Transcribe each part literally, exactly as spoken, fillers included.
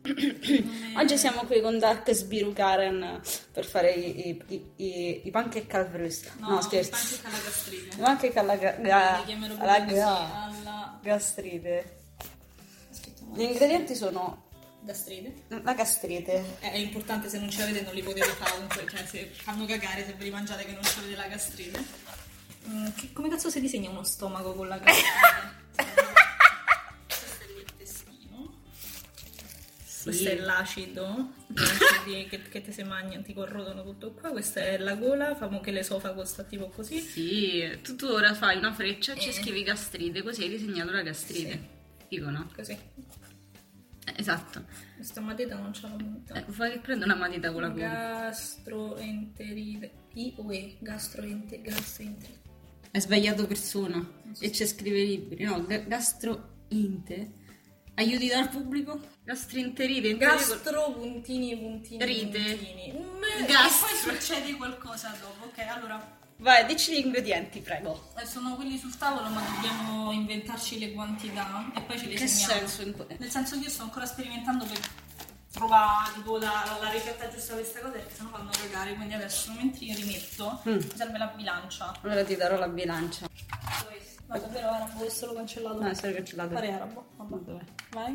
Oggi siamo qui con Dark Sbiru Karen per fare i, i, i, i, i pancake al vrist. No, no scherzo. i pancake alla gastrite. I pancake alla, ga, ga, alla ga, alla gastrite. Gli ingredienti sono gastrite. la gastrite. È importante, se non ce l'avete non li potete fare comunque, cioè se fanno cagare se ve li mangiate che non ce l'avete la gastrite. Mm, che, come cazzo si disegna uno stomaco con la gastrite? Questo è l'intestino. Sì. Questo è l'acido che, che, che te se mangiano ti corrodono tutto qua. Questa è la gola, famo che l'esofago sta tipo così. Sì, tu, tu ora fai una freccia e ci scrivi gastrite, così hai disegnato la gastrite. Sì. Dicono? Così. Eh, esatto. Questa matita non ce l'ho molto. Eh, fai che prendo una matita con la gola. Gastroenterite. I o E. Gastroenterite. Gastroenterite. Hai sbagliato persona. So. E c'è scrive libri. No, ga- gastrointe. Aiuti dal pubblico? Gastroenterite. Gastro puntini puntini Rite. puntini. Mm, Gastro. E poi succede qualcosa dopo. Ok, allora. Vai, dici gli ingredienti, prego. Eh, sono quelli sul tavolo, ma dobbiamo inventarci le quantità e poi ce le Che segniamo. senso? In... Nel senso che io sto ancora sperimentando per trovare tipo la, la ricetta giusta per questa cosa, perché sennò fanno cagare. Quindi adesso mentre io rimetto mm. mi serve la bilancia. Allora ti darò la bilancia. No, davvero arabo, questo l'ho cancellato. No, è solo cancellato. Pare arabo. Vabbè. Dov'è? Vai.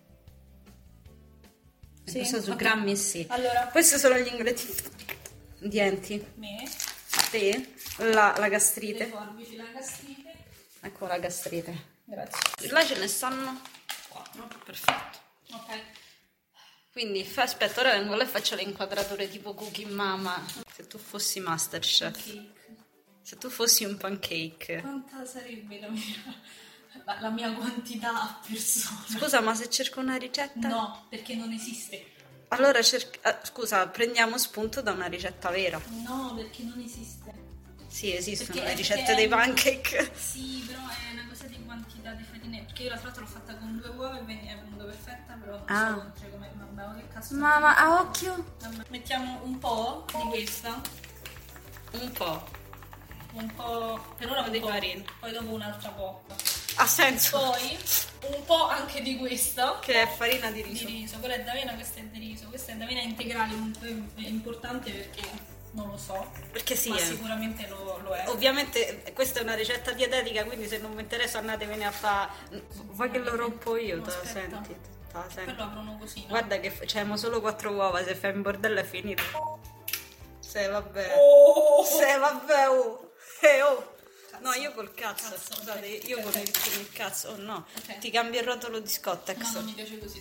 Sì. Questo su okay. Grammi sì. Allora. Questi sono gli ingredienti. Me. Te. La, la gastrite. Le forbici, la gastrite. Ecco la gastrite. Grazie. Là ce ne stanno quattro. Perfetto. Ok. Quindi aspetta, ora vengo là e faccio le inquadrature tipo Cookie Mama. Se tu fossi Masterchef. Pancake. Se tu fossi un pancake. Quanta sarebbe la mia, la, la mia quantità a persona? Scusa, ma se cerco una ricetta? No, perché non esiste. Allora cerca... ah, scusa, prendiamo spunto da una ricetta vera. No, perché non esiste. Sì, esistono perché le ricette dei pancake. Sì, però è una cosa di quantità di farine. Perché io l'altra volta l'ho fatta con due uova e è venuta perfetta, però non ah. so cioè, come vabbè, che cazzo. Ma, ma a occhio? Vabbè. Mettiamo un po' di questa. Un po'. Un po'. Per ora un di po', farina. poi dopo un'altra po'. Ha senso. Poi un po' anche di questa. Che è farina di riso. Di riso, quella è d'avena, questa è di riso. Questa è d'avena integrale, comunque è importante perché non lo so. Perché sì. Ma è. sicuramente lo, lo è. Ovviamente questa è una ricetta dietetica, quindi se non vi interessa andatevene a fare. Vuoi che lo rompo io? No, te la aspetta. senti? Te la senti? Poi lo aprono così. No? Guarda che c'è solo quattro uova, se fai in bordello è finito. Se vabbè. Oh! Se vabbè, oh. Eh, oh. No, io col cazzo, cazzo scusate, okay. io okay. con il cazzo, oh no, okay. Ti cambio il rotolo di Scottex. No, non mi piace così.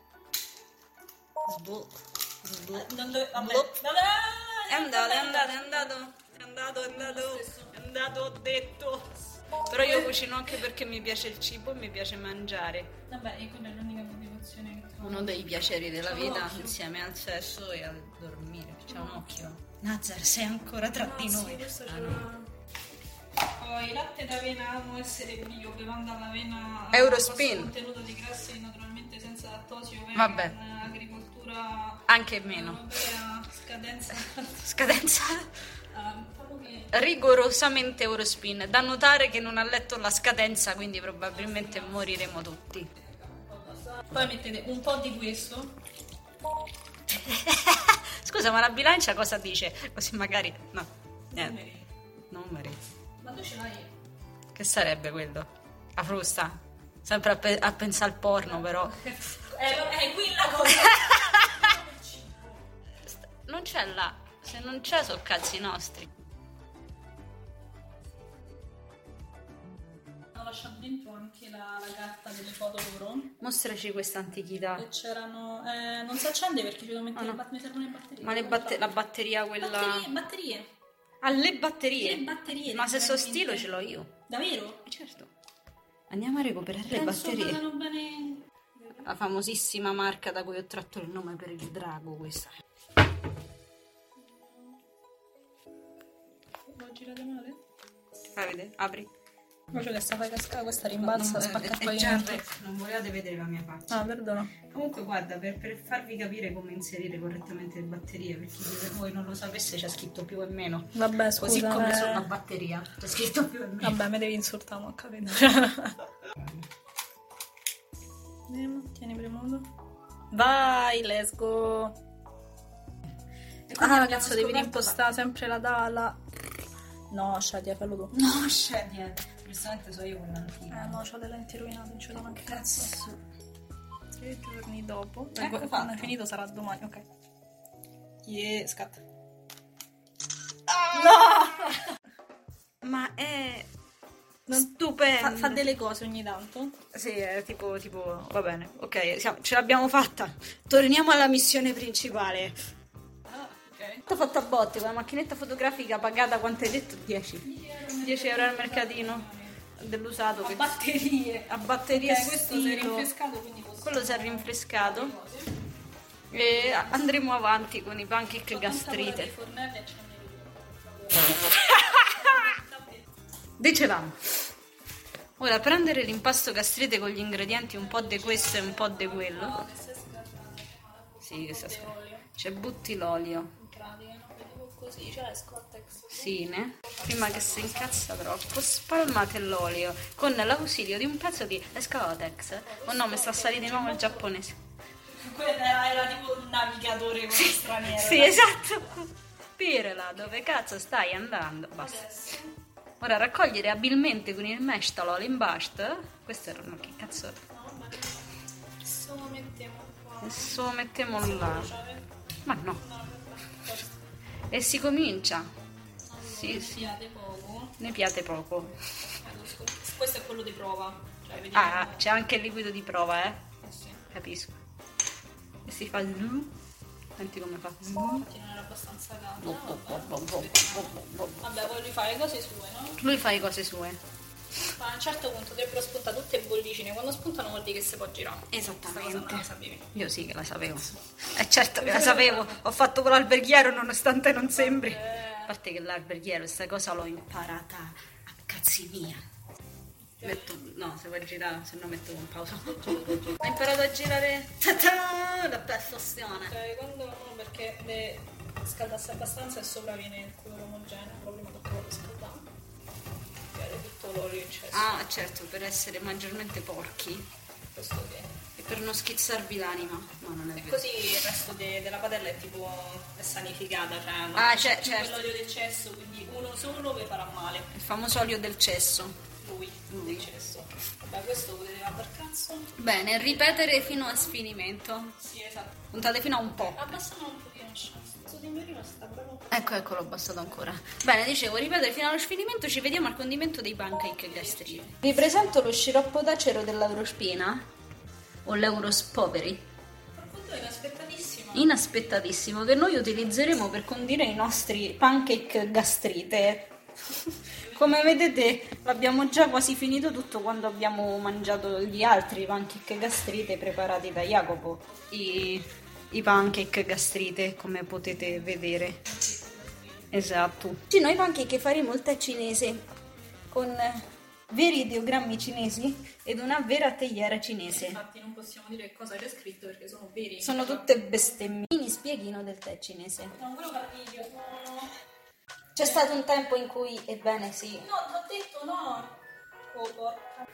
Sbu, sbu, non dove, vabbè. Blup. È andato, andato, è andato, è andato, è andato, è andato, è andato, ho detto. Però io cucino anche perché mi piace il cibo e mi piace mangiare. Vabbè, e quella è l'unica motivazione che trovo. Uno dei piaceri della C'ho vita l'occhio. Insieme al sesso e al dormire. C'è un occhio. Nazar, sei ancora tra no, di sì, noi. Questo Ah, ce no. l'ha. Poi latte d'avena amo essere bio, bevanda d'avena Eurospin. contenuto di grassi naturalmente senza lattosio, vegan, Vabbè. agricoltura Anche meno. europea, scadenza. Scadenza? Ah, diciamo che Rigorosamente Eurospin. Da notare che non ha letto la scadenza, quindi probabilmente moriremo tutti. poi mettete un po' di questo. Scusa, ma la bilancia cosa dice? Così magari... No, niente. Non merito. Ma tu ce l'hai? Che sarebbe quello? La frusta? Sempre a, pe- a pensare al porno, però. È, è qui la cosa. Non c'è là. Se non c'è, sono cazzi nostri. Ho lasciato dentro anche la, la carta delle foto loro. Mostraci questa antichità. E c'erano... Eh, non si accende perché ci devo mettere... Ah, no. le bat- mi servono le batterie. Ma le batte- la batteria quella... Batterie, batterie. Ah, le batterie? Le batterie. Ma se so letteralmente. stilo ce l'ho io. Davvero? Eh, certo. Andiamo a recuperare le Penso batterie. vadano bene... La famosissima marca da cui ho tratto il nome per il drago, questa. L'ho girata male? Fai vedere, apri. Faccio che sta fai cascare, questa rimbalza, spacca eh, poi già, dentro. non volevate vedere la mia faccia. Ah, perdono. Comunque guarda, per, per farvi capire come inserire correttamente le batterie, perché se voi non lo sapesse c'è scritto più e meno. Vabbè, scusa. Così come eh... sulla batteria c'è scritto più e meno. Vabbè, mi devi insultare, ma ho capito. Vediamo, tieni premuto. Vai, let's go. Ah, cazzo, devi reimpostare sempre la dalla. No, Shadia, fallo tu. No, Shadia. Giustamente so io con l'antica. Eh no, c'ho le lenti rovinate, non ce l'ho neanche cazzo. Tre giorni dopo. Ecco, Ecco, quando è finito sarà domani, ok. Yeah, scatta. No! Ma è stupendo. Fa, fa delle cose ogni tanto. Sì, è tipo, tipo, va bene, ok, siamo- ce l'abbiamo fatta. Torniamo alla missione principale. Ah, ok. Ho fatto a botte, quella macchinetta fotografica pagata, quanto hai detto? dieci. dieci euro al mercatino dell'usato. A che- batterie. A batteria. Ok, questo si è stilo. rinfrescato, quindi posso... Quello si è rinfrescato. E andremo avanti con i pancake gastrite. fornelli e ce ne Dicevamo, ora prendere l'impasto gastrite con gli ingredienti un po' di questo e un po' di quello. Sì, che sta scritto. Cioè butti l'olio. in pratica, no? Vedevo così, c'è la Scottex. Sì, ne? Prima che si incazza troppo, spalmate l'olio con l'ausilio di un pezzo di Scotex. Oh no, mi sta salendo di nuovo il giapponese. Quello era, era tipo un navigatore come straniero. Sì, esatto. Pirla, dove cazzo stai andando? Basta. Ora raccogliere abilmente con il mestolo l'impasto. Questo era no, che cazzo è? No, vabbè. Adesso lo mettiamo qua. Adesso lo mettiamo là. Cioè, Ma no. no, vabbè. E si comincia. Allora, Sì, sì. piate poco. Ne piate poco. Questo è quello di prova. Cioè, vediamo. Ah, c'è anche il liquido di prova, eh? Eh sì. Capisco. E si fa zzz. Senti come fa. zzz. Non era abbastanza caldo. Bo- bo- bo- bo- bo- bo- bo- bo- bo. Vabbè, poi lui fa le cose sue, no? Lui fa le cose sue. Ma a un certo punto dovrebbero spuntare tutte bollicine. Quando spuntano vuol dire che si può girare. Questa cosa non Esattamente. la sapevi. Io sì che la sapevo. E certo che la sapevo. Ho fatto con l'alberghiero nonostante non sembri. A parte che l'alberghiero, questa cosa l'ho imparata a cazzi mia. Metto, no, se vuoi girare, se no metto un pausa. Ho imparato a girare ta-ta, la perfezione. Ok, quando no, perché le scaldasse abbastanza e sopra viene il colore omogeneo, però prima tocca lo scaldare. Tirare tutto l'olio in cesso. Ah, certo, per essere maggiormente porchi Questo che e per non schizzarvi l'anima. No, non è e vero. così il resto de- della padella è tipo è sanificata, cioè non Ah, c'è c'è- più certo. quell'olio del cesso, quindi uno solo vi farà male. Il famoso olio del cesso. Lui, Lui. del cesso. Vabbè, questo potete fare per cazzo. Bene, ripetere fino a sfinimento. Sì, esatto. Puntate fino a un po'. Abbassano un pochino il cesso. Questo timbrino sta bello. Ecco, ecco, l'ho abbassato ancora. Bene, dicevo, ripetere fino allo sfinimento, ci vediamo al condimento dei pancake gastrite. Vi presento lo sciroppo d'acero dell'Eurospina o l'Eurospoveri, Appunto è inaspettatissimo. inaspettatissimo, che noi utilizzeremo per condire i nostri pancake gastrite. Come vedete l'abbiamo già quasi finito tutto quando abbiamo mangiato gli altri pancake gastrite preparati da Jacopo. I, i pancake gastrite, come potete vedere. Esatto. Oggi noi pancake faremo il tè cinese con veri ideogrammi cinesi ed una vera teiera cinese. Infatti non possiamo dire che cosa c'è scritto perché sono veri. Sono tutte bestemmie. Mini spieghino del tè cinese. Non volevo far video, no, no. C'è stato un tempo in cui, ebbene sì, No, ti ho detto no. Oh, porca.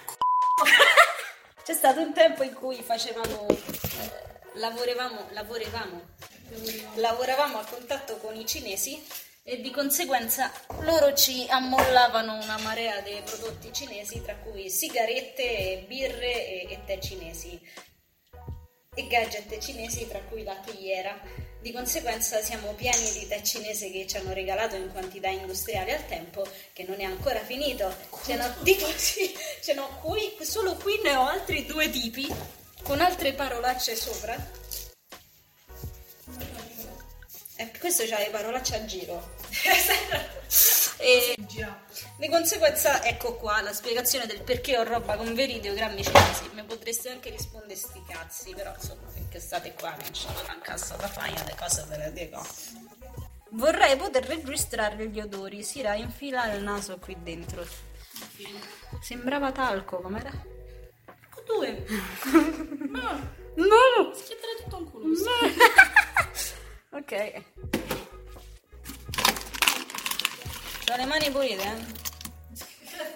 c'è stato un tempo in cui facevamo, eh, lavoravamo, lavoravamo, lavoravamo a contatto con i cinesi e di conseguenza loro ci ammollavano una marea di prodotti cinesi, tra cui sigarette, birre e, e tè cinesi e gadget cinesi, tra cui la teiera. Di conseguenza siamo pieni di tè cinese che ci hanno regalato in quantità industriali al tempo, che non è ancora finito. Ce n'ho, tipo, sì, ce n'ho qui, solo qui ne ho altri due tipi, con altre parolacce sopra. E questo c'ha le parolacce a giro. E di conseguenza ecco qua la spiegazione del perché ho roba con veri ideogrammi cinesi. Mi potreste anche rispondere sti cazzi, però insomma finché state qua non c'è una cassa da fare, le cose ve le dico. Vorrei poter registrare gli odori. Sira, infila il naso qui dentro. Sembrava talco, com'era? Due. No! No! Schiattare tutto un culo. Ok. C'ho le mani pulite, eh?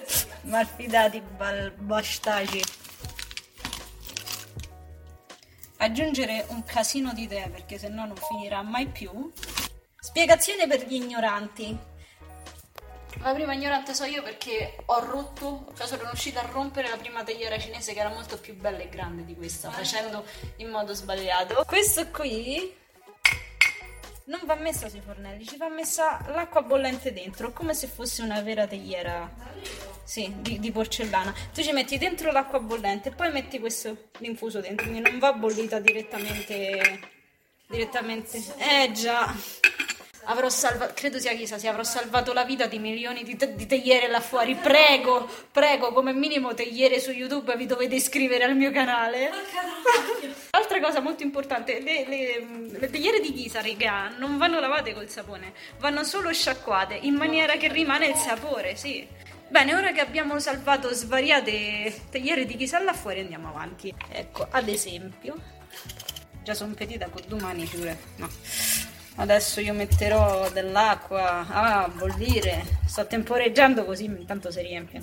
Malfidati bal- bastardi. aggiungere un casino di tè perché sennò non finirà mai più. Spiegazione per gli ignoranti. La prima ignorante so io perché ho rotto, cioè sono riuscita a rompere la prima teiera cinese che era molto più bella e grande di questa, facendo in modo sbagliato. Questo qui non va messa sui fornelli, ci va messa l'acqua bollente dentro, come se fosse una vera teiera, sì, di, di porcellana. Tu ci metti dentro l'acqua bollente e poi metti questo l'infuso dentro, quindi non va bollita direttamente, direttamente, eh già. Avrò salvato, credo sia chissà, se avrò salvato la vita di milioni di, te- di teiere là fuori. Prego, prego, come minimo teiere su YouTube vi dovete iscrivere al mio canale. Altra cosa molto importante, le, le, le teiere di ghisa, raga, non vanno lavate col sapone, vanno solo sciacquate in maniera che rimane il sapore, sì. Bene, ora che abbiamo salvato svariate teiere di ghisa là fuori andiamo avanti. Ecco, ad esempio, già sono petita con domani pure, no. Adesso io metterò dell'acqua a bollire, sto temporeggiando così intanto si riempie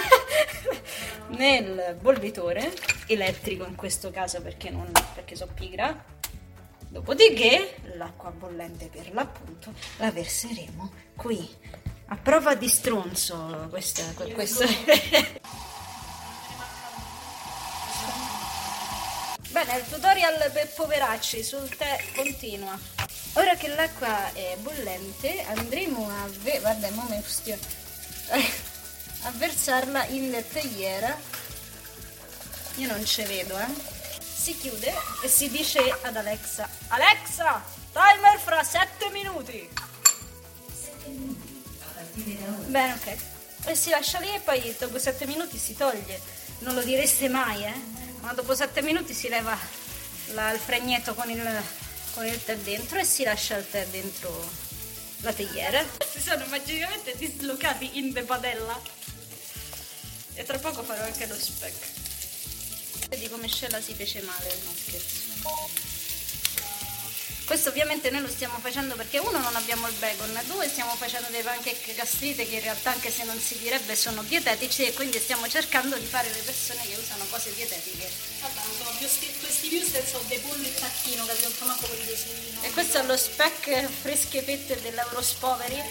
nel bollitore elettrico in questo caso perché non perché so pigra. Dopodiché l'acqua bollente per l'appunto la verseremo qui a prova di stronzo. Questa, questa. Bene, il tutorial per poveracci sul tè continua. Ora che l'acqua è bollente andremo a, ve- guarda, mo mi stio- a versarla in teiera. Io non ci vedo, eh. Si chiude e si dice ad Alexa: Alexa, timer fra sette minuti. Bene, ok. E si lascia lì e poi dopo sette minuti si toglie. Non lo direste mai, eh. Ma dopo sette minuti si leva la, il fregnetto con il, con il tè dentro e si lascia il tè dentro la teiera. Si sono magicamente dislocati in de padella e tra poco farò anche lo speck. Vedi come Scella si fece male, non scherzo. Questo ovviamente noi lo stiamo facendo perché uno non abbiamo il bacon, due stiamo facendo dei pancake gastrite che in realtà anche se non si direbbe sono dietetici e quindi stiamo cercando di fare le persone che usano cose dietetiche. Vabbè, sono più questi viewster sono dei polli e tacchino, capito? Non sono manco quelli dei suino. E questo è lo speck fresche pette dell'Eurospoveri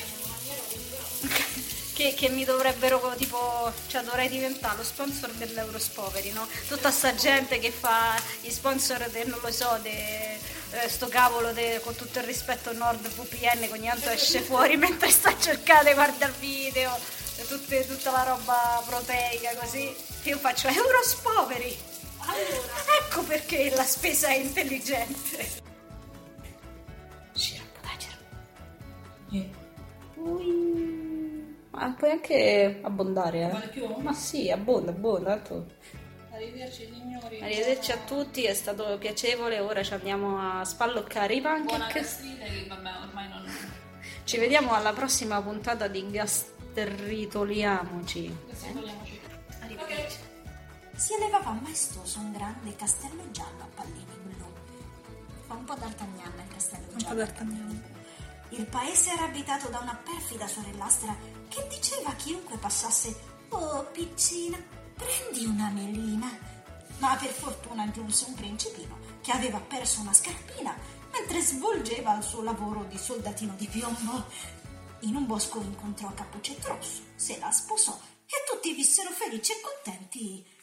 che, che mi dovrebbero tipo, cioè dovrei diventare lo sponsor dell'Eurospoveri, no? Tutta sta gente che fa gli sponsor del, non lo so, de, eh, sto cavolo de, con tutto il rispetto NordVPN che ogni tanto esce fuori mentre sta cercando, guarda il video, tutte, tutta la roba proteica così, io faccio Eurospoveri. Allora, ecco perché la spesa è intelligente. Ui. Ma puoi anche abbondare, eh? Vale più? Ma sì, abbonda, abbonda. Tanto. Arrivederci signori. Arrivederci a tutti, è stato piacevole. Ora ci andiamo a spalloccare i pancake. Buona gastrite che vabbè ormai non... Ci vediamo alla prossima puntata di Gastritoliamoci. Gastritoliamoci. Arrivederci. Si elevava maestoso un grande castello giallo a pallini blu. Fa un po' d'Artagnan il castello Un po' giallo. d'Artagnan. Il paese era abitato da una perfida sorellastra che diceva a chiunque passasse: «Oh, piccina, prendi una melina». Ma per fortuna giunse un principino che aveva perso una scarpina mentre svolgeva il suo lavoro di soldatino di piombo. In un bosco incontrò Cappuccetto Rosso, se la sposò e tutti vissero felici e contenti